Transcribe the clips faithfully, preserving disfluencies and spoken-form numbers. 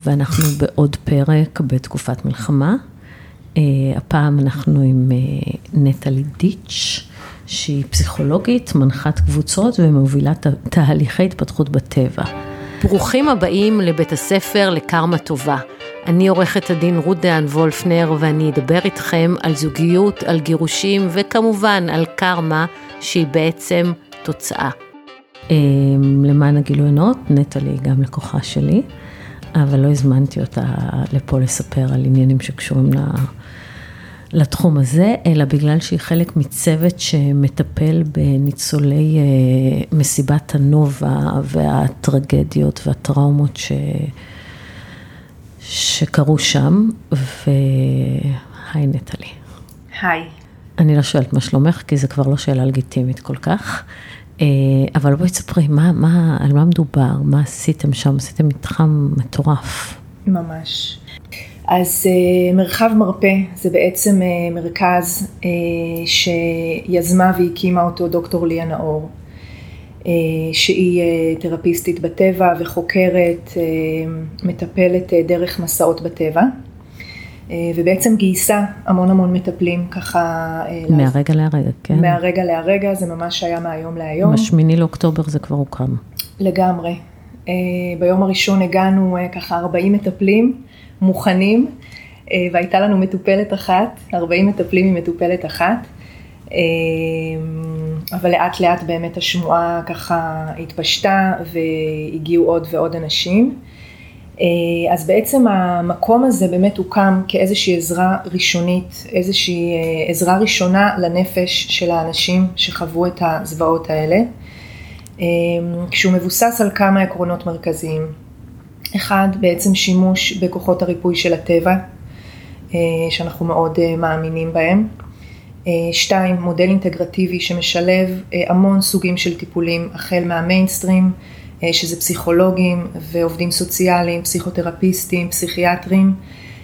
ואנחנו בעוד פרק בתקופת מלחמה. הפעם אנחנו עם נטלי דיץ', שהיא פסיכולוגית, מנחת קבוצות ומובילה תהליכי התפתחות בטבע. ברוכים הבאים לבית הספר לקרמה טובה. אני עורכת הדין רות דהן וולפנר, ואני אדבר איתכם על זוגיות, על גירושים, וכמובן על קרמה, שהיא בעצם תוצאה. למען הגילוי נאות, נטלי גם לקוחה שלי, אבל לא הזמנתי אותה לפה לספר על עניינים שקשורים לתחום הזה, אלא בגלל שהיא חלק מצוות שמטפל בניצולי מסיבת הנובה והטרגדיות והטראומות ש... שקרו שם, והי נטלי. היי. אני לא שואלת מה שלומך, כי זה כבר לא שאלה לגיטימית כל כך, אבל בואי תספרי, מה, מה, על מה מדובר, מה עשיתם שם, עשיתם מתחם מטורף. ממש. אז מרחב מרפא זה בעצם מרכז שיזמה והקימה אותו דוקטור ליה נאור, שהיא תרפיסטית בטבע וחוקרת, מטפלת דרך מסעות בטבע, ובעצם גייסה המון המון מטפלים ככה. מהרגע להרגע, כן. מהרגע להרגע, זה ממש היה מהיום להיום. בשמיני לאוקטובר זה כבר הוקם. לגמרי. ביום הראשון הגענו ככה ארבעים מטפלים מוכנים, והייתה לנו מטופלת אחת, ארבעים מטפלים עם מטופלת אחת, אבל לאט לאט באמת השמועה ככה התפשטה והגיעו עוד ועוד אנשים. אז בעצם המקום הזה באמת הוקם כאיזושהי עזרה ראשונית, איזושהי עזרה ראשונה לנפש של האנשים שחוו את הזוועות האלה, כשהוא מבוסס על כמה עקרונות מרכזיים. אחד, בעצם שימוש בכוחות הריפוי של הטבע, שאנחנו מאוד מאמינים בהם. שתיים, מודל אינטגרטיבי שמשלב המון סוגים של טיפולים, החל מהמיינסטרים, שזה פסיכולוגים ועובדים סוציאליים, פסיכותרפיסטים, פסיכיאטרים.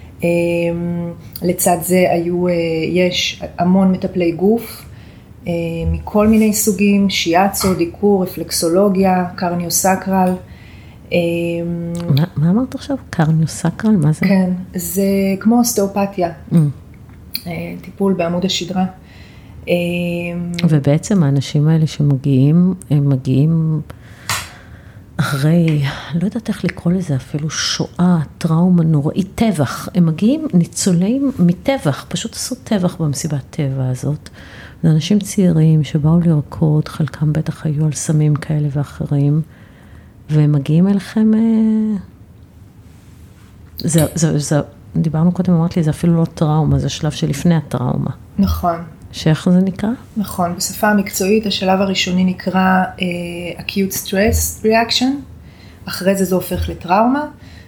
לצד זה היו, יש המון מטפלי גוף, מכל מיני סוגים, שיאצו, דיקור, רפלקסולוגיה, קרניוסקרל. מה, מה אמרת עכשיו? קרניוסקרל? מה זה? כן, זה כמו אוסטאופתיה, mm. טיפול בעמוד השדרה. ובעצם האנשים האלה שמגיעים, הם מגיעים אחרי, לא יודעת איך לקרוא לזה, אפילו שואה, טראומה נוראי, טבח. הם מגיעים ניצולים מטבח, פשוט עשו טבח במסיבת טבע הזאת. זה אנשים צעירים שבאו לרקוד, חלקם בטח היו על סמים כאלה ואחרים, והם מגיעים אליכם, זה, זה, זה, דיברנו קודם, אמרת לי, זה אפילו לא טראומה, זה שלב שלפני הטראומה. נכון. שאיך זה נקרא? נכון, בשפה המקצועית השלב הראשוני נקרא uh, acute stress reaction, אחרי זה זה הופך לטראומה,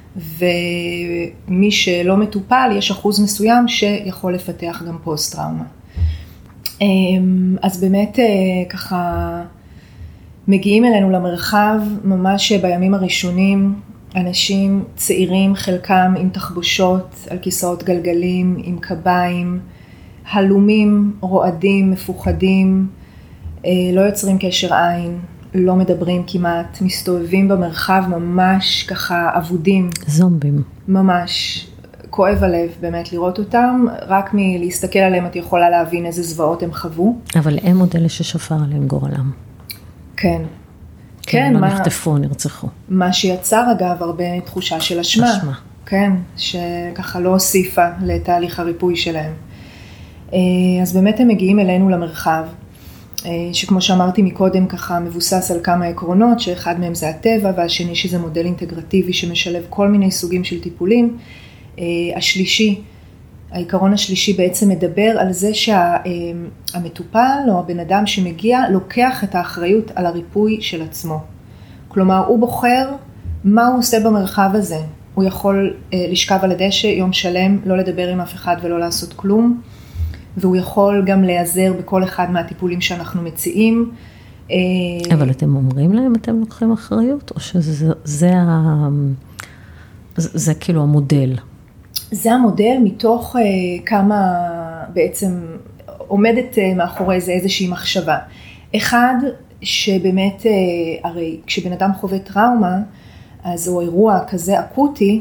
ומי שלא מטופל יש אחוז מסוים שיכול לפתח גם פוסט טראומה. Um, אז באמת uh, ככה מגיעים אלינו למרחב ממש בימים הראשונים, אנשים צעירים חלקם עם תחבושות על כיסאות גלגלים, עם קביים, הלומים, רועדים, מפוחדים, לא יוצרים קשר עין, לא מדברים כמעט, מסתובבים במרחב ממש ככה עבודים. זומבים. ממש, כואב הלב באמת לראות אותם, רק מלהסתכל עליהם את יכולה להבין איזה זוועות הם חוו. אבל הם עוד אלה ששפר עליהם גורלם. כן. כן, מה נחטפו, נרצחו. מה שיצר אגב הרבה תחושה של אשמה. אשמה. כן, שככה לא הוסיפה לתהליך הריפוי שלהם. אז באמת הם מגיעים אלינו למרחב, שכמו שאמרתי מקודם ככה מבוסס על כמה עקרונות, שאחד מהם זה הטבע והשני שזה מודל אינטגרטיבי שמשלב כל מיני סוגים של טיפולים. השלישי, העיקרון השלישי בעצם מדבר על זה שהמטופל או הבן אדם שמגיע לוקח את האחריות על הריפוי של עצמו. כלומר הוא בוחר מה הוא עושה במרחב הזה. הוא יכול לשכב על הדשא יום שלם, לא לדבר עם אף אחד ולא לעשות כלום. והוא יכול גם להיעזר בכל אחד מהטיפולים שאנחנו מציעים. אבל אתם אומרים להם, אתם לוקחים אחריות, או שזה זה, ה... זה כאילו המודל? זה המודל מתוך כמה בעצם עומדת מאחורי זה איזושהי מחשבה. אחד, שבאמת, הרי כשבן אדם חווה טראומה, אז הוא אירוע כזה אקוטי,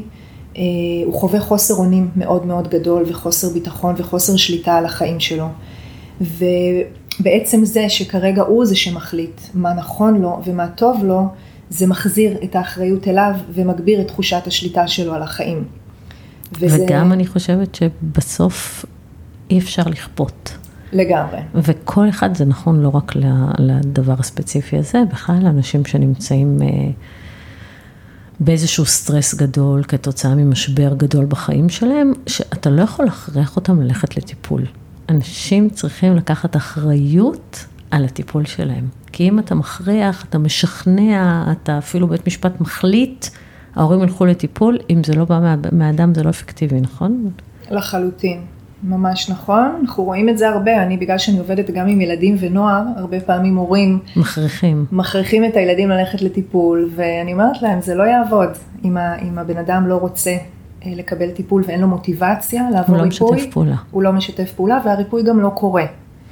הוא חווה חוסר אונים מאוד מאוד גדול, וחוסר ביטחון וחוסר שליטה על החיים שלו. ובעצם זה שכרגע הוא זה שמחליט מה נכון לו ומה טוב לו, זה מחזיר את האחריות אליו ומגביר את תחושת השליטה שלו על החיים. וזה... וגם אני חושבת שבסוף אי אפשר לכפות. לגמרי. וכל אחד זה נכון לא רק לדבר הספציפי הזה, בכלל אנשים שנמצאים באיזשהו סטרס גדול, כתוצאה ממשבר גדול בחיים שלהם, שאתה לא יכול להכריח אותם ללכת לטיפול. אנשים צריכים לקחת אחריות על הטיפול שלהם. כי אם אתה מכריח, אתה משכנע, אתה אפילו בית משפט מחליט, ההורים ילכו לטיפול, אם זה לא בא מהאדם, זה לא אפקטיבי, נכון? לחלוטין, ממש נכון. אנחנו רואים את זה הרבה, אני בגלל שאני עובדת גם עם ילדים ונוער, הרבה פעמים הורים מכריחים. מכריחים את הילדים ללכת לטיפול, ואני אומרת להם, זה לא יעבוד, אם, ה, אם הבן אדם לא רוצה לקבל טיפול ואין לו מוטיבציה לעבור ריפוי. הוא לא משתף פעולה. הוא לא משתף פעולה, והריפוי גם לא קורה.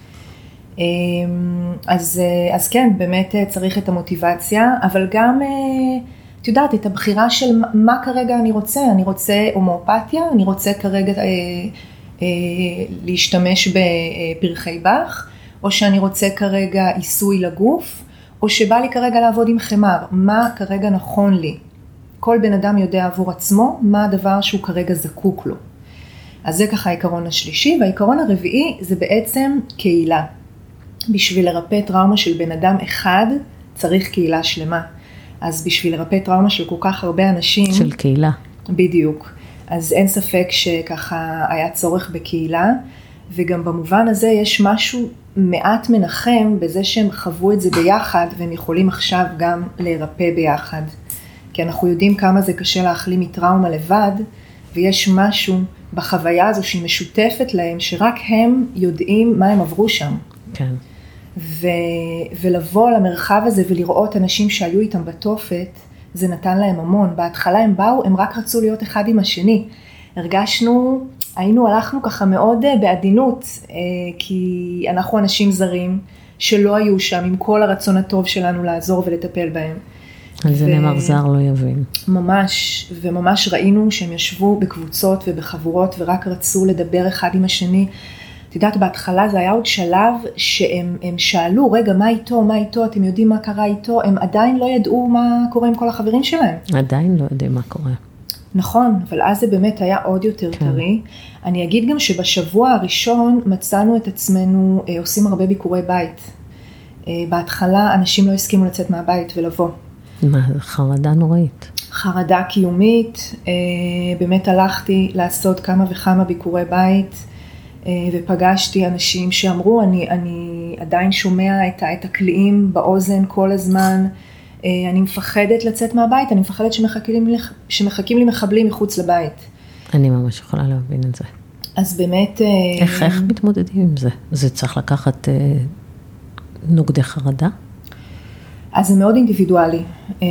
אז, אז כן, באמת צריך את המוטיבציה, אבל גם, את יודעת, את הבחירה של מה כרגע אני רוצה. אני רוצה הומאופתיה, אני רוצה כרגע אה, אה, להשתמש בפרחי בח, או שאני רוצה כרגע עיסוי לגוף, או שבא לי כרגע לעבוד עם חמר. מה כרגע נכון לי? כל בן אדם יודע עבור עצמו מה הדבר שהוא כרגע זקוק לו. אז זה ככה העיקרון השלישי, והעיקרון הרביעי זה בעצם קהילה. בשביל לרפא טראומה של בן אדם אחד, צריך קהילה שלמה. אז בשביל לרפא טראומה של כל כך הרבה אנשים... של קהילה. בדיוק. אז אין ספק שככה היה צורך בקהילה, וגם במובן הזה יש משהו מעט מנחם בזה שהם חוו את זה ביחד, והם יכולים עכשיו גם לרפא ביחד. כי אנחנו יודעים כמה זה קשה להחלים מטראומה לבד, ויש משהו בחוויה הזו שהיא משותפת להם, שרק הם יודעים מה הם עברו שם. כן. ו- ולבוא למרחב הזה ולראות אנשים שהיו איתם בתופת, זה נתן להם המון. בהתחלה הם באו, הם רק רצו להיות אחד עם השני. הרגשנו, היינו, הלכנו ככה מאוד בעדינות, כי אנחנו אנשים זרים שלא היו שם עם כל הרצון הטוב שלנו לעזור ולטפל בהם. על זה ו- נאמר זר לא יבין. ממש, וממש ראינו שהם ישבו בקבוצות ובחבורות ורק רצו לדבר אחד עם השני. את יודעת, בהתחלה זה היה עוד שלב שהם הם שאלו, רגע, מה איתו, מה איתו, אתם יודעים מה קרה איתו, הם עדיין לא ידעו מה קורה עם כל החברים שלהם. עדיין לא יודעים מה קורה. נכון, אבל אז זה באמת היה עוד יותר כן. טרי. אני אגיד גם שבשבוע הראשון מצאנו את עצמנו אה, עושים הרבה ביקורי בית. אה, בהתחלה אנשים לא הסכימו לצאת מהבית ולבוא. מה, חרדה נוראית. חרדה קיומית, אה, באמת הלכתי לעשות כמה וכמה ביקורי בית, ופגשתי אנשים שאמרו, אני, אני עדיין שומע את, את הקליעים באוזן כל הזמן, אני מפחדת לצאת מהבית, אני מפחדת שמחכים לי, שמחכים לי מחבלים מחוץ לבית. אני ממש יכולה להבין את זה. אז באמת... איך, איך מתמודדים עם זה? זה צריך לקחת נוגדי חרדה? אז זה מאוד אינדיבידואלי.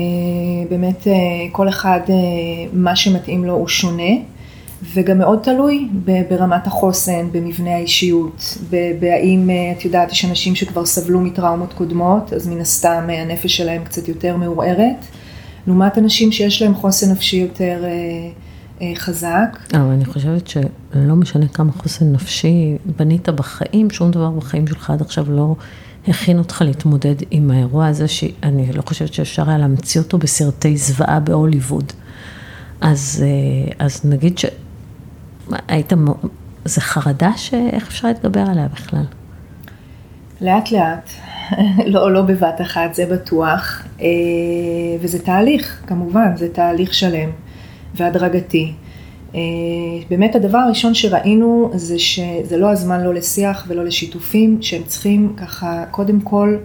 באמת כל אחד, מה שמתאים לו הוא שונה. וגם מאוד תלוי ברמת החוסן, במבנה האישיות, בהאם, את יודעת, יש אנשים שכבר סבלו מטראומות קודמות, אז מן הסתם הנפש שלהם קצת יותר מעורערת, לעומת אנשים שיש להם חוסן נפשי יותר אה, חזק. אבל אני חושבת שלא משנה כמה חוסן נפשי בנית בחיים, שום דבר בחיים שלך עד עכשיו לא הכין אותך להתמודד עם האירוע הזה, שאני לא חושבת שאפשר היה להמציא אותו בסרטי זוועה בהוליווד. אז, אז נגיד ש... היית, זה חרדה שאיך אפשר להתגבר עליה בכלל? לאט לאט, לא, לא בבת אחת, זה בטוח, וזה תהליך, כמובן, זה תהליך שלם והדרגתי. באמת הדבר הראשון שראינו זה שזה לא הזמן לא לשיח ולא לשיתופים, שהם צריכים ככה קודם כל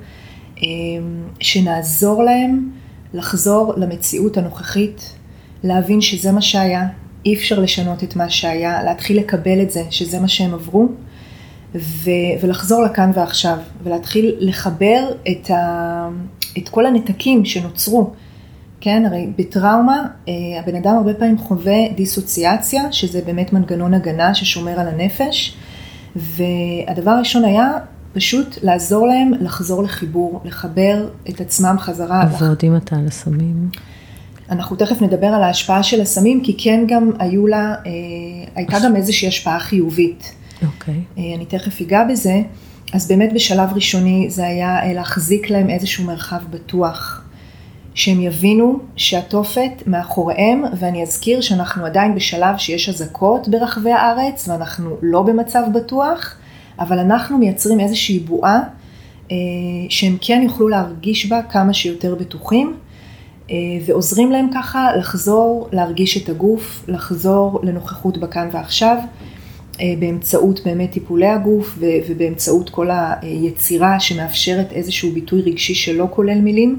שנעזור להם לחזור למציאות הנוכחית, להבין שזה מה שהיה, אי אפשר לשנות את מה שהיה, להתחיל לקבל את זה, שזה מה שהם עברו, ו- ולחזור לכאן ועכשיו, ולהתחיל לחבר את, ה- את כל הנתקים שנוצרו. כן, הרי בטראומה, הבן אדם הרבה פעמים חווה דיסוציאציה, שזה באמת מנגנון הגנה ששומר על הנפש, והדבר הראשון היה פשוט לעזור להם לחזור לחיבור, לחבר את עצמם חזרה. ועוד אם אתה על הסמים? אנחנו תכף נדבר על ההשפעה של הסמים, כי כן גם היו לה, אה, הייתה גם איזושהי השפעה חיובית. אוקיי. אה, אני תכף אגע בזה. אז באמת בשלב ראשוני זה היה להחזיק להם איזשהו מרחב בטוח, שהם יבינו שהתופת מאחוריהם, ואני אזכיר שאנחנו עדיין בשלב שיש אזעקות ברחבי הארץ, ואנחנו לא במצב בטוח, אבל אנחנו מייצרים איזושהי בועה, אה, שהם כן יוכלו להרגיש בה כמה שיותר בטוחים, ועוזרים להם ככה לחזור, להרגיש את הגוף, לחזור לנוכחות בכאן ועכשיו, באמצעות באמת טיפולי הגוף, ובאמצעות כל היצירה שמאפשרת איזשהו ביטוי רגשי שלא כולל מילים.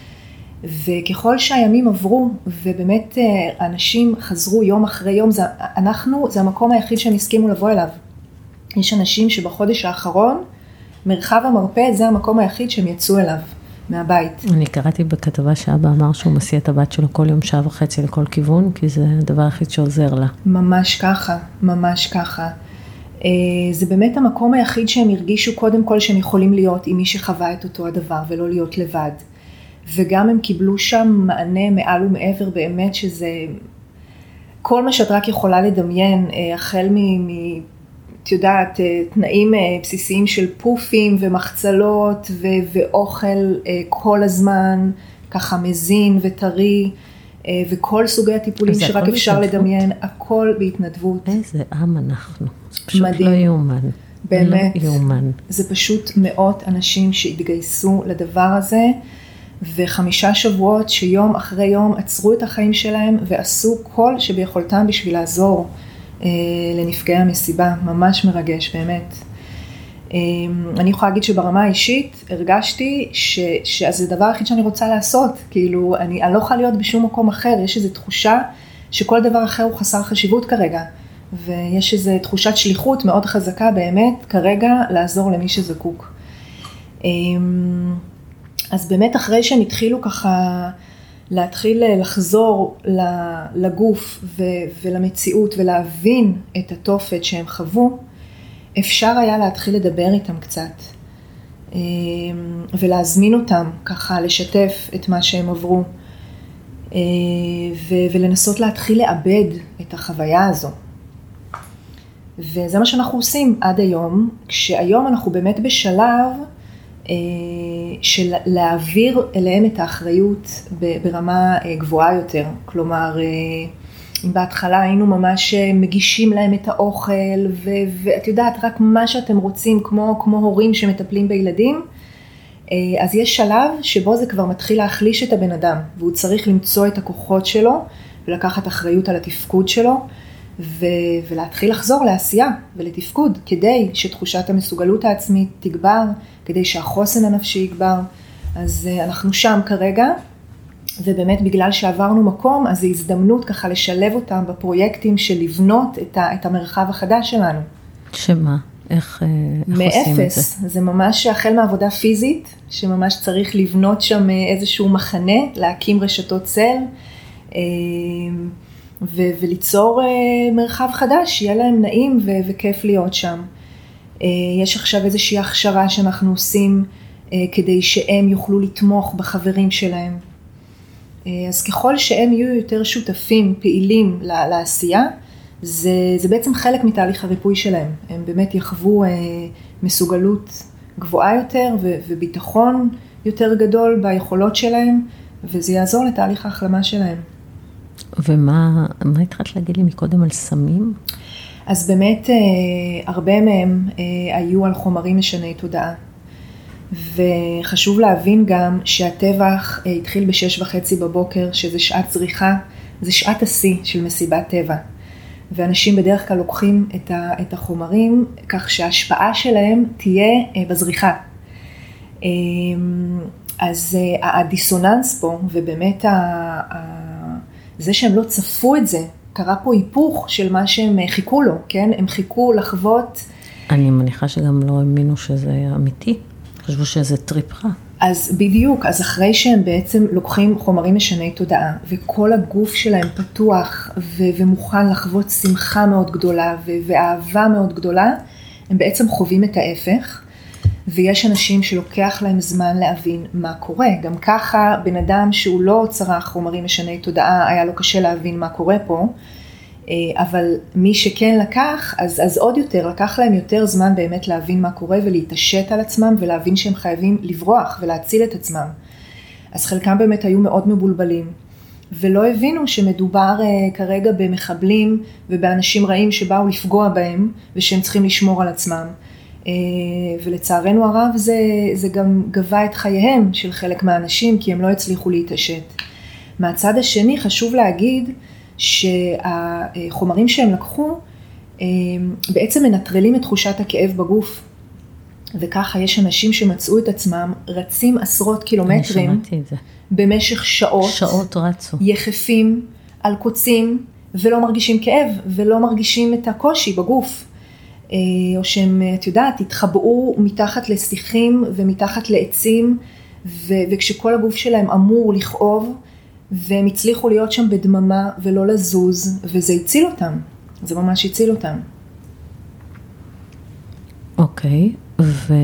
וככל שהימים עברו, ובאמת אנשים חזרו יום אחרי יום, זה, אנחנו, זה המקום היחיד שהם הסכימו לבוא אליו. יש אנשים שבחודש האחרון, מרחב המרפא זה המקום היחיד שהם יצאו אליו. מהבית. אני קראתי בכתבה שאבא אמר שהוא מסיע את הבת שלו כל יום שעה וחצי לכל כיוון, כי זה הדבר הכי שעוזר לה. ממש ככה, ממש ככה. זה באמת המקום היחיד שהם הרגישו קודם כל שהם יכולים להיות עם מי שחווה את אותו הדבר ולא להיות לבד. וגם הם קיבלו שם מענה מעל ומעבר באמת שזה כל מה שאת רק יכולה לדמיין, החל מ... מ את יודעת, תנאים בסיסיים של פופים ומחצלות ו- ואוכל כל הזמן, ככה מזין וטרי, וכל סוגי הטיפולים שרק אפשר לדמיין, הכל בהתנדבות. איזה עם אנחנו, זה פשוט מדהים. לא יאומן. באמת, לא יאומן. זה פשוט מאות אנשים שהתגייסו לדבר הזה, וחמישה שבועות שיום אחרי יום עצרו את החיים שלהם, ועשו כל שביכולתם בשביל לעזור. לנפגעי המסיבה, ממש מרגש, באמת. אני יכולה להגיד שברמה האישית הרגשתי ש, שזה הדבר הכי שאני רוצה לעשות, כאילו אני, אני לא יכולה להיות בשום מקום אחר, יש איזו תחושה שכל דבר אחר הוא חסר חשיבות כרגע, ויש איזו תחושת שליחות מאוד חזקה באמת כרגע לעזור למי שזקוק. אז באמת אחרי שהם התחילו ככה, להתחיל לחזור לגוף ולמציאות ולהבין את התופת שהם חוו, אפשר היה להתחיל לדבר איתם קצת ולהזמין אותם ככה לשתף את מה שהם עברו ולנסות להתחיל לאבד את החוויה הזו. וזה מה שאנחנו עושים עד היום, כשהיום אנחנו באמת בשלב של להעביר אליהם את האחריות ברמה גבוהה יותר. כלומר, אם בהתחלה היינו ממש מגישים להם את האוכל, ואת יודעת, רק מה שאתם רוצים, כמו, כמו הורים שמטפלים בילדים, אז יש שלב שבו זה כבר מתחיל להחליש את הבן אדם, והוא צריך למצוא את הכוחות שלו, ולקחת אחריות על התפקוד שלו, ו- ולהתחיל לחזור לעשייה ולתפקוד, כדי שתחושת המסוגלות העצמית תגבר, כדי שהחוסן הנפשי יגבר. אז אנחנו שם כרגע, ובאמת בגלל שעברנו מקום, אז זו הזדמנות ככה לשלב אותם בפרויקטים של לבנות את, ה- את המרחב החדש שלנו. שמה? איך, איך עושים את זה? מאפס, זה ממש החל מעבודה פיזית, שממש צריך לבנות שם איזשהו מחנה, להקים רשתות צל, ו- וליצור מרחב חדש, שיהיה להם נעים ו- וכיף להיות שם. יש עכשיו איזושהי הכשרה שאנחנו עושים, כדי שהם יוכלו לתמוך בחברים שלהם. אז ככל שהם יהיו יותר שותפים, פעילים לעשייה, זה, זה בעצם חלק מתהליך הריפוי שלהם. הם באמת יחוו מסוגלות גבוהה יותר ו- וביטחון יותר גדול ביכולות שלהם, וזה יעזור לתהליך ההחלמה שלהם. ומה, מה התחלת להגיד לי מקודם על סמים? אז באמת הרבה מהם היו על חומרים משני תודעה. וחשוב להבין גם שהטבח התחיל בשש וחצי בבוקר, שזה שעת זריחה, זה שעת השיא של מסיבת טבע. ואנשים בדרך כלל לוקחים את, ה, את החומרים, כך שההשפעה שלהם תהיה בזריחה. אז הדיסוננס פה, ובאמת ה, ה, זה שהם לא צפו את זה, קרה פה היפוך של מה שהם חיכו לו, כן? הם חיכו לחוות. אני מניחה שגם לא האמינו שזה אמיתי. חשבו שזה טריפ רע. אז בדיוק, אז אחרי שהם בעצם לוקחים חומרים משני תודעה, וכל הגוף שלהם פתוח ו- ומוכן לחוות שמחה מאוד גדולה ו- ואהבה מאוד גדולה, הם בעצם חווים את ההפך, ויש אנשים שלוקח להם זמן להבין מה קורה. גם ככה בן אדם שהוא לא צרך חומרים משני תודעה, היה לו קשה להבין מה קורה פה, אבל מי שכן לקח, אז, אז עוד יותר, לקח להם יותר זמן באמת להבין מה קורה ולהתעשת על עצמם ולהבין שהם חייבים לברוח ולהציל את עצמם. אז חלקם באמת היו מאוד מבולבלים, ולא הבינו שמדובר uh, כרגע במחבלים ובאנשים רעים שבאו לפגוע בהם ושהם צריכים לשמור על עצמם. Uh, ולצערנו הרב זה, זה גם גבה את חייהם של חלק מהאנשים כי הם לא הצליחו להתעשת. מהצד השני חשוב להגיד שהחומרים שהם לקחו בעצם מנטרלים את תחושת הכאב בגוף. וככה יש אנשים שמצאו את עצמם רצים עשרות קילומטרים במשך שעות, שעות רצו. יחפים על קוצים ולא מרגישים כאב ולא מרגישים את הקושי בגוף. או שהם, את יודעת, התחבאו מתחת לשיחים ומתחת לעצים, וכשכל הגוף שלהם אמור לכאוב, והם הצליחו להיות שם בדממה ולא לזוז, וזה הציל אותם. זה ממש הציל אותם. אוקיי, ואת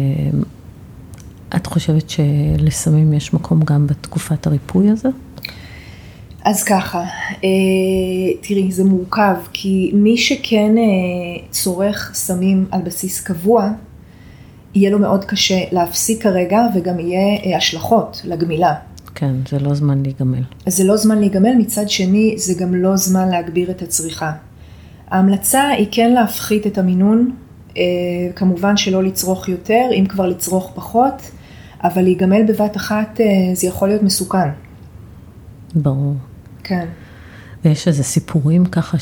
חושבת שלסמים יש מקום גם בתקופת הריפוי הזה? אז ככה, תראי, זה מורכב, כי מי שכן צורך סמים על בסיס קבוע, יהיה לו מאוד קשה להפסיק כרגע, וגם יהיה השלכות לגמילה. כן, זה לא זמן להיגמל. זה לא זמן להיגמל, מצד שני זה גם לא זמן להגביר את הצריכה. ההמלצה היא כן להפחית את המינון, כמובן שלא לצרוך יותר, אם כבר לצרוך פחות, אבל להיגמל בבת אחת זה יכול להיות מסוכן. ברור. כן. ויש איזה סיפורים ככה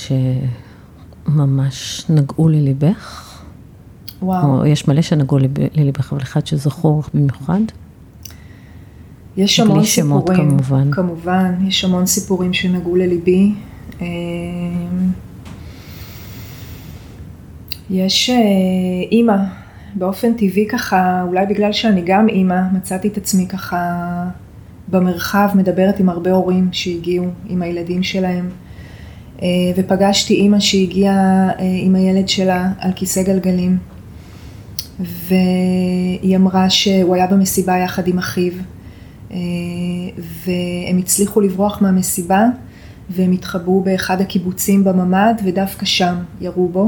שממש נגעו לליבך? וואו. או יש מלא שנגעו לליבך, אבל אחד שזכור במיוחד? יש המון בלי שמות, סיפורים, כמובן. כמובן, יש המון סיפורים שנגעו לליבי. יש אימא, באופן טבעי ככה, אולי בגלל שאני גם אימא, מצאתי את עצמי ככה במרחב, מדברת עם הרבה הורים שהגיעו עם הילדים שלהם, ופגשתי אימא שהגיעה עם הילד שלה על כיסא גלגלים, והיא אמרה שהוא היה במסיבה יחד עם אחיו, והם הצליחו לברוח מהמסיבה, והם התחבאו באחד הקיבוצים בממד, ודווקא שם ירו בו.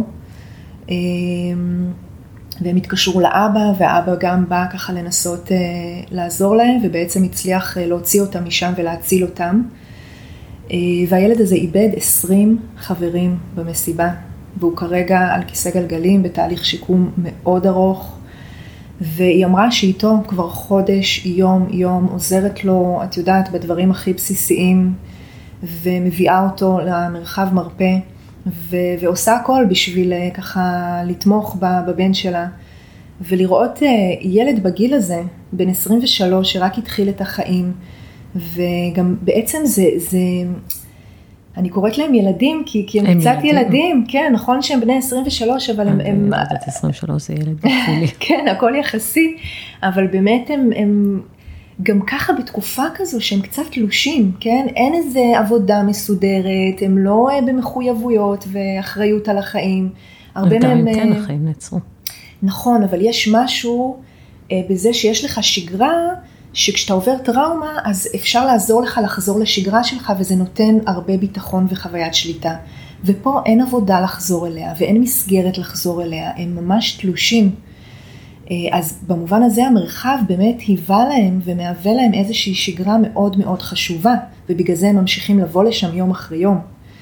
והם התקשרו לאבא, והאבא גם בא ככה לנסות לעזור להם, ובעצם הצליח להוציא אותם משם ולהציל אותם. והילד הזה איבד עשרים חברים במסיבה, והוא כרגע על כיסא גלגלים בתהליך שיקום מאוד ארוך, והיא אמרה שאיתו כבר חודש, יום, יום, עוזרת לו, את יודעת, בדברים הכי בסיסיים, ומביאה אותו למרחב מרפא, ו- ועושה הכל בשביל ככה לתמוך בבן שלה, ולראות ילד בגיל הזה, בן עשרים ושלוש, שרק התחיל את החיים, וגם בעצם זה, זה אני קוראת להם ילדים, כי, כי הם, הם קצת ילדים. ילדים, כן, נכון שהם בני עשרים ושלוש, אבל הם... הם עשרים ושלוש זה ילד בפולי. כן, הכל יחסי, אבל באמת הם, הם גם ככה בתקופה כזו שהם קצת תלושים, כן? אין איזה עבודה מסודרת, הם לא במחויבויות ואחריות על החיים. הרבה מהם... כן, החיים נעצרו. נכון, אבל יש משהו בזה שיש לך שגרה, שכשאתה עובר טראומה, אז אפשר לעזור לך לחזור לשגרה שלך, וזה נותן הרבה ביטחון וחוויית שליטה. ופה אין עבודה לחזור אליה, ואין מסגרת לחזור אליה, הם ממש תלושים. אז במובן הזה המרחב באמת היווה להם, ומהווה להם איזושהי שגרה מאוד מאוד חשובה, ובגלל זה הם ממשיכים לבוא לשם יום אחרי יום.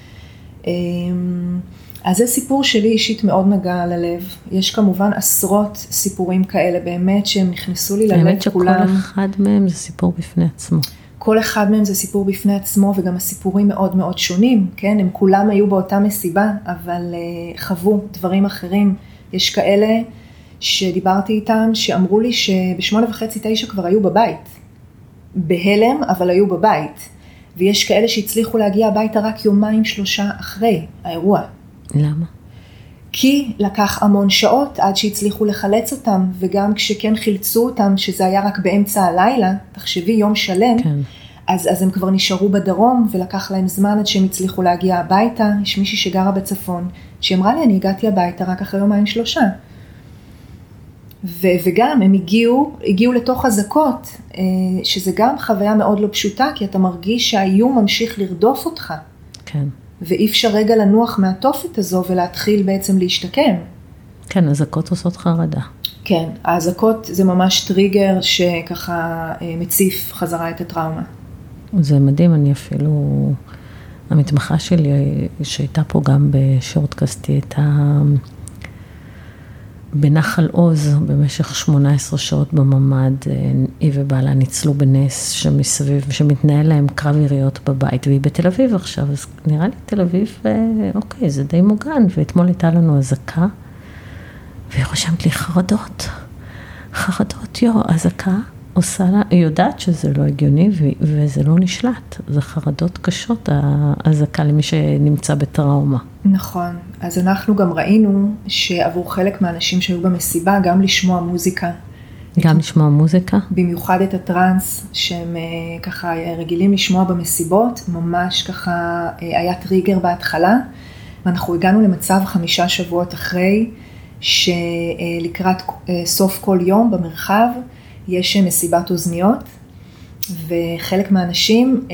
אז זה סיפור שלי אישית מאוד נגע ללב. יש כמובן עשרות סיפורים כאלה באמת שהם נכנסו לי ללב כולם. האמת שכל אחד מהם זה סיפור בפני עצמו. כל אחד מהם זה סיפור בפני עצמו, וגם הסיפורים מאוד מאוד שונים, כן? הם כולם היו באותה מסיבה, אבל uh, חוו דברים אחרים. יש כאלה שדיברתי איתם, שאמרו לי שבשמונה וחצי תשע כבר היו בבית. בהלם, אבל היו בבית. ויש כאלה שהצליחו להגיע הביתה רק יומיים שלושה אחרי האירוע. למה? כי לקח המון שעות עד שהצליחו לחלץ אותם, וגם כשכן חילצו אותם, שזה היה רק באמצע הלילה, תחשבי יום שלם, כן. אז, אז הם כבר נשארו בדרום, ולקח להם זמן עד שהם הצליחו להגיע הביתה. יש מישהי שגרה בצפון, שאמרה לי, אני הגעתי הביתה רק אחרי יומיים שלושה. ו- וגם הם הגיעו, הגיעו לתוך אזעקות, שזה גם חוויה מאוד לא פשוטה, כי אתה מרגיש שהאיום ממשיך לרדוף אותך. כן. ואי אפשר רגע לנוח מהתופת הזו ולהתחיל בעצם להשתקם. כן, אזעקות עושות חרדה. כן, האזעקות זה ממש טריגר שככה מציף חזרה את הטראומה. זה מדהים, אני אפילו, המתמחה שלי שהייתה פה גם בשורטקאסט, היא הייתה בנחל עוז במשך שמונה עשרה שעות בממד, היא ובעלה ניצלו בנס שמסביב, שמתנהל להם קרב יריות בבית, והיא בתל אביב עכשיו, אז נראה לי תל אביב, אוקיי, זה די מוגן, ואתמול הייתה לנו אזעקה, והיא רושמת לי חרדות, חרדות, יו, אזעקה עושה לה, היא יודעת שזה לא הגיוני, וזה לא נשלט, זה חרדות קשות, האזעקה למי שנמצא בטראומה. נכון, אז אנחנו גם ראינו שעבור חלק מהאנשים שהיו במסיבה, גם לשמוע מוזיקה. גם לשמוע מוזיקה? במיוחד את הטרנס, שהם ככה רגילים לשמוע במסיבות, ממש ככה היה טריגר בהתחלה, ואנחנו הגענו למצב חמישה שבועות אחרי, שלקראת סוף כל יום במרחב, יש מסיבת אוזניות, וחלק מהאנשים,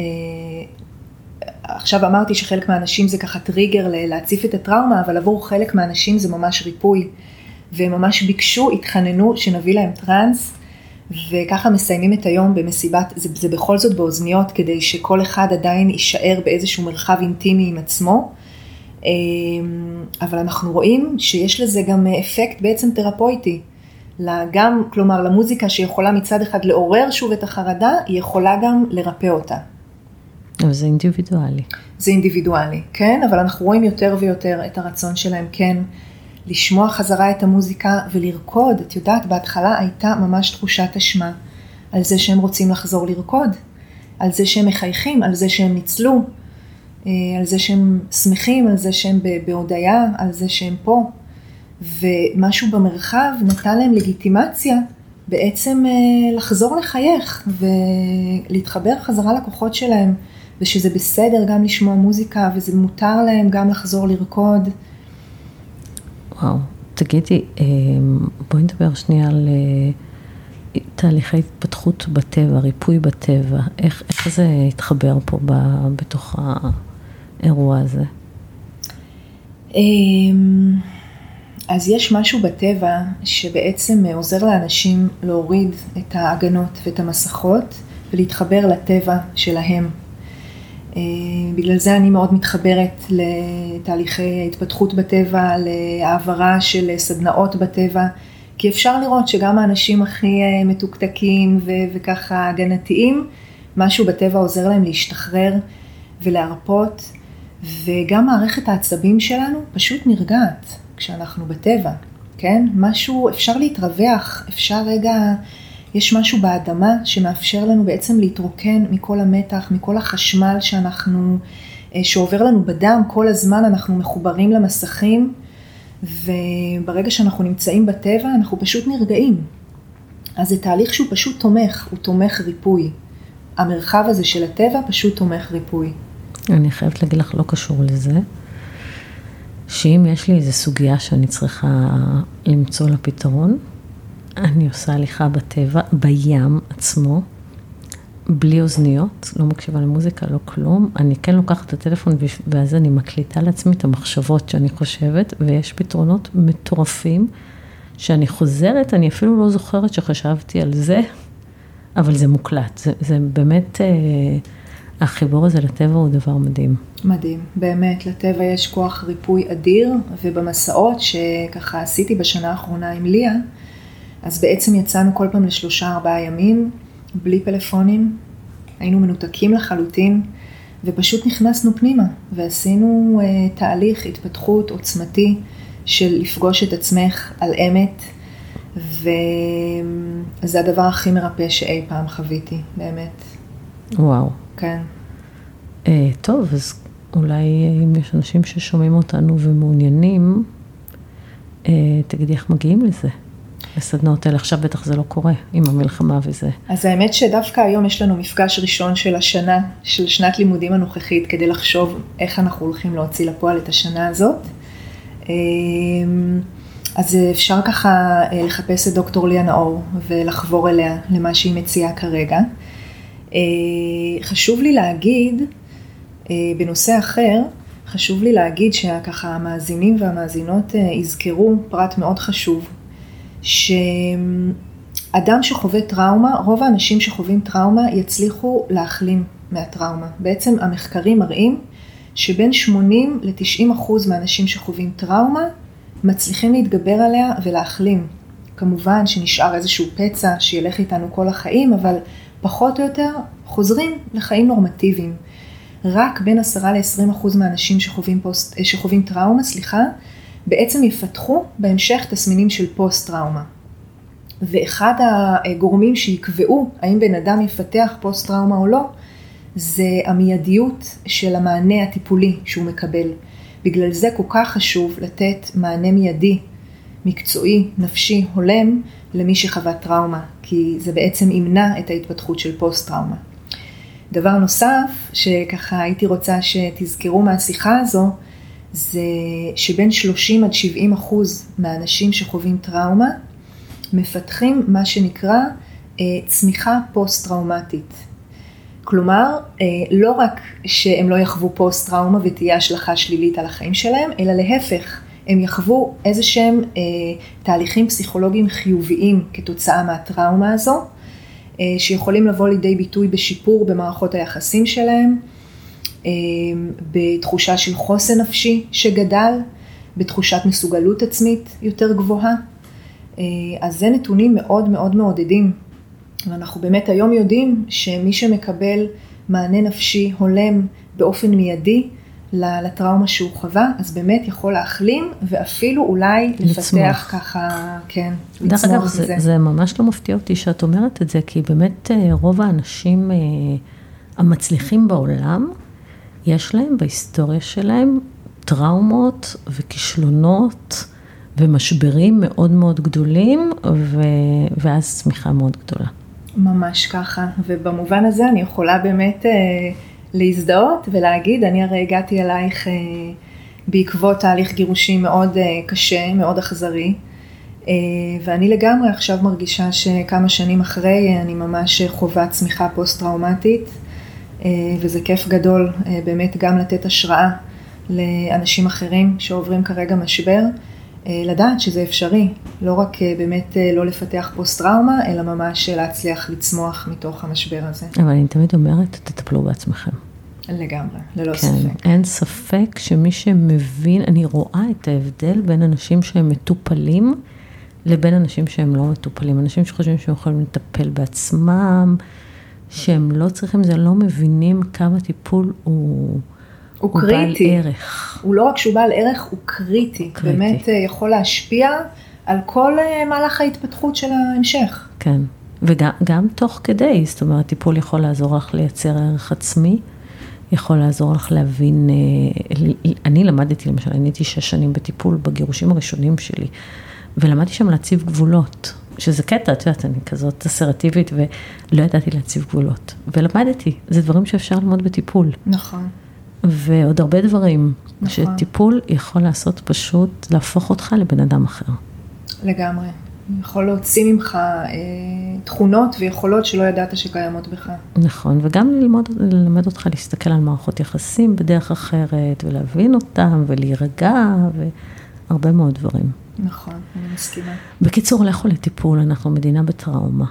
עכשיו אמרתי שחלק מהאנשים זה ככה טריגר להציף את הטראומה, אבל עבור חלק מהאנשים זה ממש ריפוי, והם ממש ביקשו, התחננו שנביא להם טרנס, וככה מסיימים את היום במסיבת, זה, זה בכל זאת באוזניות, כדי שכל אחד עדיין יישאר באיזשהו מרחב אינטימי עם עצמו, אבל אנחנו רואים שיש לזה גם אפקט בעצם תרפויטי, גם, כלומר, למוזיקה שיכולה מצד אחד לעורר שוב את החרדה, היא יכולה גם לרפא אותה. אבל זה אינדיבידואלי. זה אינדיבידואלי, כן, אבל אנחנו רואים יותר ויותר את הרצון שלהם, כן, לשמוע חזרה את המוזיקה ולרקוד. את יודעת, בהתחלה הייתה ממש תחושת אשמה על זה שהם רוצים לחזור לרקוד, על זה שהם מחייכים, על זה שהם ניצלו, על זה שהם שמחים, על זה שהם בהודעה, על זה שהם פה. ומשהו במרחב נתן להם לגיטימציה בעצם לחזור לחייך ולהתחבר חזרה לכוחות שלהם, ושזה בסדר גם לשמוע מוזיקה, וזה מותר להם גם לחזור לרקוד. וואו, תגידי, בואי נדבר שנייה על תהליכי התפתחות בטבע, ריפוי בטבע, איך, איך זה התחבר פה בתוך האירוע הזה? אז יש משהו בטבע שבעצם עוזר לאנשים להוריד את ההגנות ואת המסכות ולהתחבר לטבע שלהם. בגלל זה אני מאוד מתחברת לתהליכי התפתחות בטבע, להעברה של סדנאות בטבע, כי אפשר לראות שגם האנשים הכי מתוקתקים וככה הגנתיים, משהו בטבע עוזר להם להשתחרר ולהרפות, וגם מערכת העצבים שלנו פשוט נרגעת. כשאנחנו בטבע, כן? משהו, אפשר להתרווח, אפשר רגע, יש משהו באדמה שמאפשר לנו בעצם להתרוקן מכל המתח, מכל החשמל שאנחנו, שעובר לנו בדם, כל הזמן אנחנו מחוברים למסכים, וברגע שאנחנו נמצאים בטבע, אנחנו פשוט נרגעים. אז זה תהליך שהוא פשוט תומך, הוא תומך ריפוי. המרחב הזה של הטבע פשוט תומך ריפוי. אני חייבת להגיד לך, לא קשור לזה. שאם יש לי איזו סוגיה שאני צריכה למצוא לה פתרון, אני עושה הליכה בטבע, בים עצמו, בלי אוזניות, לא מקשיבה למוזיקה, לא כלום. אני כן לוקחת את הטלפון, ואז אני מקליטה לעצמי את המחשבות שאני חושבת, ויש פתרונות מטורפים, שאני חוזרת, אני אפילו לא זוכרת שחשבתי על זה, אבל זה מוקלט. זה, זה באמת... החיבור הזה לטבע הוא דבר מדהים. מדהים, באמת, לטבע יש כוח ריפוי אדיר, ובמסעות שככה עשיתי בשנה האחרונה עם ליה, אז בעצם יצאנו כל פעם לשלושה ארבעה ימים, בלי פלאפונים, היינו מנותקים לחלוטין, ופשוט נכנסנו פנימה, ועשינו uh, תהליך התפתחות עוצמתי של לפגוש את עצמך על אמת, וזה הדבר הכי מרפא שאי פעם חוויתי, באמת. וואו. כן. Uh, טוב, אז אולי אם יש אנשים ששומעים אותנו ומעוניינים, uh, תגידי איך מגיעים לזה, לסדנאות האלה. עכשיו בטח זה לא קורה עם המלחמה וזה. אז האמת שדווקא היום יש לנו מפגש ראשון של השנה, של שנת לימודים הנוכחית, כדי לחשוב איך אנחנו הולכים להוציא לפועל את השנה הזאת. אז אפשר ככה לחפש את דוקטור ליה נאור ולחבור אליה למה שהיא מציעה כרגע. חשוב לי להגיד, בנושא אחר, חשוב לי להגיד שככה המאזינים והמאזינות יזכרו פרט מאוד חשוב, שאדם שחווה טראומה, רוב האנשים שחווים טראומה יצליחו להחלים מהטראומה. בעצם המחקרים מראים שבין שמונים ל-תשעים אחוז מהאנשים שחווים טראומה, מצליחים להתגבר עליה ולהחלים. כמובן שנשאר איזשהו פצע שילך איתנו כל החיים, אבל פחות או יותר חוזרים לחיים נורמטיביים. רק בין עשרה ל-עשרים אחוז מהאנשים שחווים, פוסט, שחווים טראומה, סליחה, בעצם יפתחו בהמשך תסמינים של פוסט-טראומה. ואחד הגורמים שיקבעו האם בן אדם יפתח פוסט-טראומה או לא, זה המיידיות של המענה הטיפולי שהוא מקבל. בגלל זה כל כך חשוב לתת מענה מיידי, מקצועי, נפשי, הולם, למי שחווה טראומה, כי זה בעצם ימנע את ההתפתחות של פוסט-טראומה. דבר נוסף שככה הייתי רוצה שתזכרו מהשיחה הזו, זה שבין שלושים עד שבעים אחוז מהאנשים שחווים טראומה, מפתחים מה שנקרא צמיחה פוסט-טראומטית. כלומר, לא רק שהם לא יחוו פוסט-טראומה ותהיה השלכה שלילית על החיים שלהם, אלא להפך, הם יחוו איזה שהם אה, תהליכים פסיכולוגיים חיוביים כתוצאה מהטראומה הזו, אה, שיכולים לבוא לידי ביטוי בשיפור במערכות היחסים שלהם, אה, בתחושה של חוסן נפשי שגדל, בתחושת מסוגלות עצמית יותר גבוהה. אה, אז זה נתונים מאוד מאוד מעודדים. ואנחנו באמת היום יודעים שמי שמקבל מענה נפשי הולם באופן מיידי לטראומה שהוא חווה, אז באמת יכול להחלים ואפילו אולי לפתח ככה, כן, לצמוח מזה. דרך אגב, זה, זה ממש לא מפתיע אותי שאת אומרת את זה, כי באמת רוב האנשים המצליחים בעולם, יש להם בהיסטוריה שלהם טראומות וכישלונות ומשברים מאוד מאוד גדולים, ו... ואז צמיחה מאוד גדולה. ממש ככה, ובמובן הזה אני יכולה באמת אה, להזדהות ולהגיד, אני הרי הגעתי אלייך אה, בעקבות תהליך גירושים מאוד אה, קשה, מאוד אכזרי, אה, ואני לגמרי עכשיו מרגישה שכמה שנים אחרי אני ממש חווה צמיחה פוסט-טראומטית, אה, וזה כיף גדול אה, באמת גם לתת השראה לאנשים אחרים שעוברים כרגע משבר, לדעת שזה אפשרי, לא רק באמת לא לפתח פוסט-טראומה, אלא ממש להצליח לצמוח מתוך המשבר הזה. אבל אני תמיד אומרת, תטפלו בעצמכם. לגמרי, ללא כן, ספק. אין ספק שמי שמבין, אני רואה את ההבדל בין אנשים שהם מטופלים, לבין אנשים שהם לא מטופלים. אנשים שחושבים שהם יכולים לטפל בעצמם, שהם לא צריכים, זה לא מבינים כמה טיפול הוא... הוא, הוא קריטי. בעל ערך. הוא לא רק שהוא בעל ערך, הוא קריטי. קריטי. באמת יכול להשפיע על כל מהלך ההתפתחות של ההמשך. כן, וגם גם תוך כדי, זאת אומרת, טיפול יכול לעזור לך לייצר ערך עצמי, יכול לעזור לך להבין, אני למדתי למשל, אני הייתי שש שנים בטיפול בגירושים הראשונים שלי, ולמדתי שם להציב גבולות, שזה קטע, את יודעת, אני כזאת אסרטיבית ולא ידעתי להציב גבולות, ולמדתי, זה דברים שאפשר ללמוד בטיפול. נכון. ועוד הרבה דברים, נכון. שטיפול יכול לעשות פשוט, להפוך אותך לבן אדם אחר. לגמרי. יכול להוציא ממך אה, תכונות ויכולות שלא ידעת שקיימות בך. נכון, וגם ללמוד, ללמד אותך להסתכל על מערכות יחסים בדרך אחרת, ולהבין אותם, ולהירגע, והרבה מאוד דברים. נכון, אני מסכימה. בקיצור, לכו לטיפול, אנחנו מדינה בטראומה.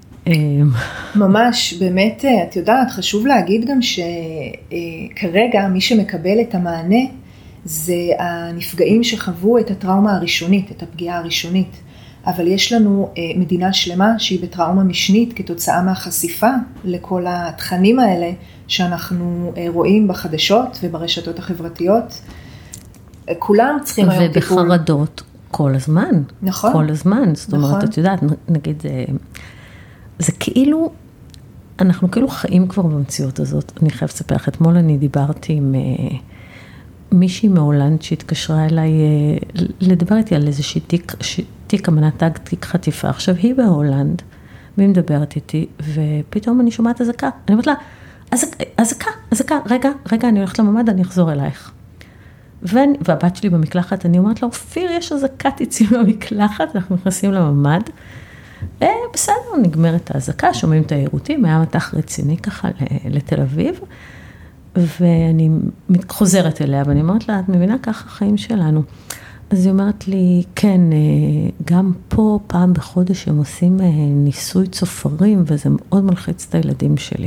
ממש, באמת, את יודעת, חשוב להגיד גם שכרגע מי שמקבל את המענה, זה הנפגעים שחוו את הטראומה הראשונית, את הפגיעה הראשונית. אבל יש לנו מדינה שלמה שהיא בטראומה משנית כתוצאה מהחשיפה לכל התכנים האלה שאנחנו רואים בחדשות וברשתות החברתיות. כולם צריכים היום טיפול. ובחרדות כל הזמן. נכון. כל הזמן. זאת אומרת, נכון. את יודעת, נגיד, זה, זה כאילו, אנחנו כאילו חיים כבר במציאות הזאת. אני חייבת לספר לך, אתמול אני דיברתי עם מישהי מהולנד שהתקשרה אליי לדבר איתי על איזושהי תיק, תיק אמנת תג, תיק חטיפה. עכשיו היא בהולנד, והיא מדברת איתי, ופתאום אני שומעת אזעקה. אני אומרת לה, אזעקה, אזעקה, רגע, רגע, אני הולכת לממד, אני אחזור אלייך. והבת שלי במקלחת, אני אומרת לה, אופיר, יש אזעקת עצים במקלחת, אנחנו נכנסים לממד, ובסדר, נגמרת ההזקה, שומעים את העירותים, היה מתח רציני ככה לתל אביב, ואני חוזרת אליה, ואני אומרת לה, את מבינה ככה החיים שלנו. אז היא אומרת לי, כן, גם פה פעם בחודש הם עושים ניסוי צופרים, וזה מאוד מלחיץ את הילדים שלי.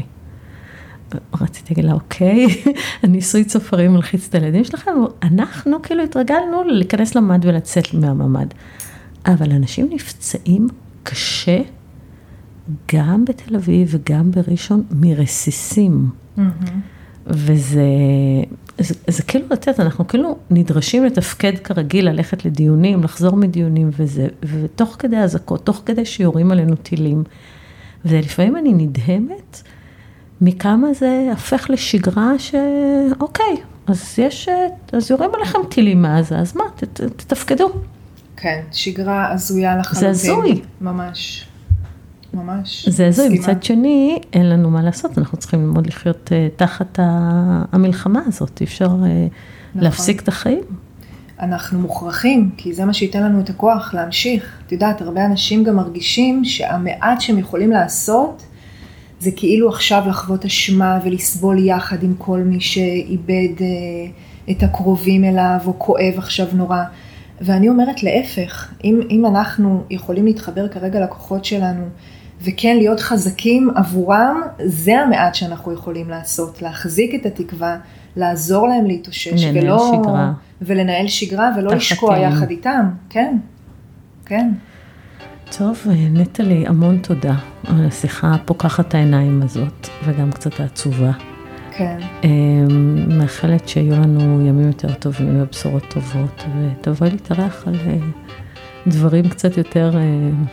רציתי להגיד לה, אוקיי, הניסוי צופרים מלחיץ את הילדים שלכם, אנחנו כאילו התרגלנו להיכנס לממד ולצאת מהממד. אבל אנשים נפצעים קשה, גם בתל אביב וגם בראשון, מרסיסים. וזה זה, זה כאילו לתת, אנחנו כאילו נדרשים לתפקד כרגיל, ללכת לדיונים, לחזור מדיונים וזה, ותוך כדי הזקות, תוך כדי שיורים עלינו טילים, ולפעמים אני נדהמת, מכמה זה הפך לשגרה שאוקיי, אז יש, אז יורים עליכם טילים מעזה, אז מה, ת, ת, תתפקדו. כן, שגרה הזויה לחלוטין. זה הזוי. ממש, ממש. זה הזוי, מצד שני, אין לנו מה לעשות, אנחנו צריכים ללמוד לחיות תחת המלחמה הזאת, אפשר נכון. להפסיק את החיים. אנחנו מוכרחים, כי זה מה שייתן לנו את הכוח להמשיך. את יודעת, הרבה אנשים גם מרגישים שהמעט שהם יכולים לעשות, זה כאילו עכשיו לחוות אשמה ולסבול יחד עם כל מי שאיבד את הקרובים אליו או כואב עכשיו נורא. ואני אומרת להפך, אם, אם אנחנו יכולים להתחבר כרגע לכוחות שלנו וכן להיות חזקים עבורם, זה המעט שאנחנו יכולים לעשות, להחזיק את התקווה, לעזור להם להתאושש ולא, שגרה. ולנהל שגרה ולא לשקוע יחד איתם. כן, כן. טוב, נטלי, המון תודה על השיחה הפוקחת העיניים הזאת, וגם קצת העצובה. כן. מאחלת שיהיו לנו ימים יותר טובים ובשורות טובות, ותבואי להתארח על דברים קצת יותר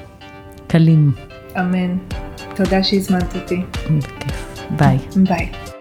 קלים. אמן. תודה שהזמנת אותי. בכיף. ביי. ביי.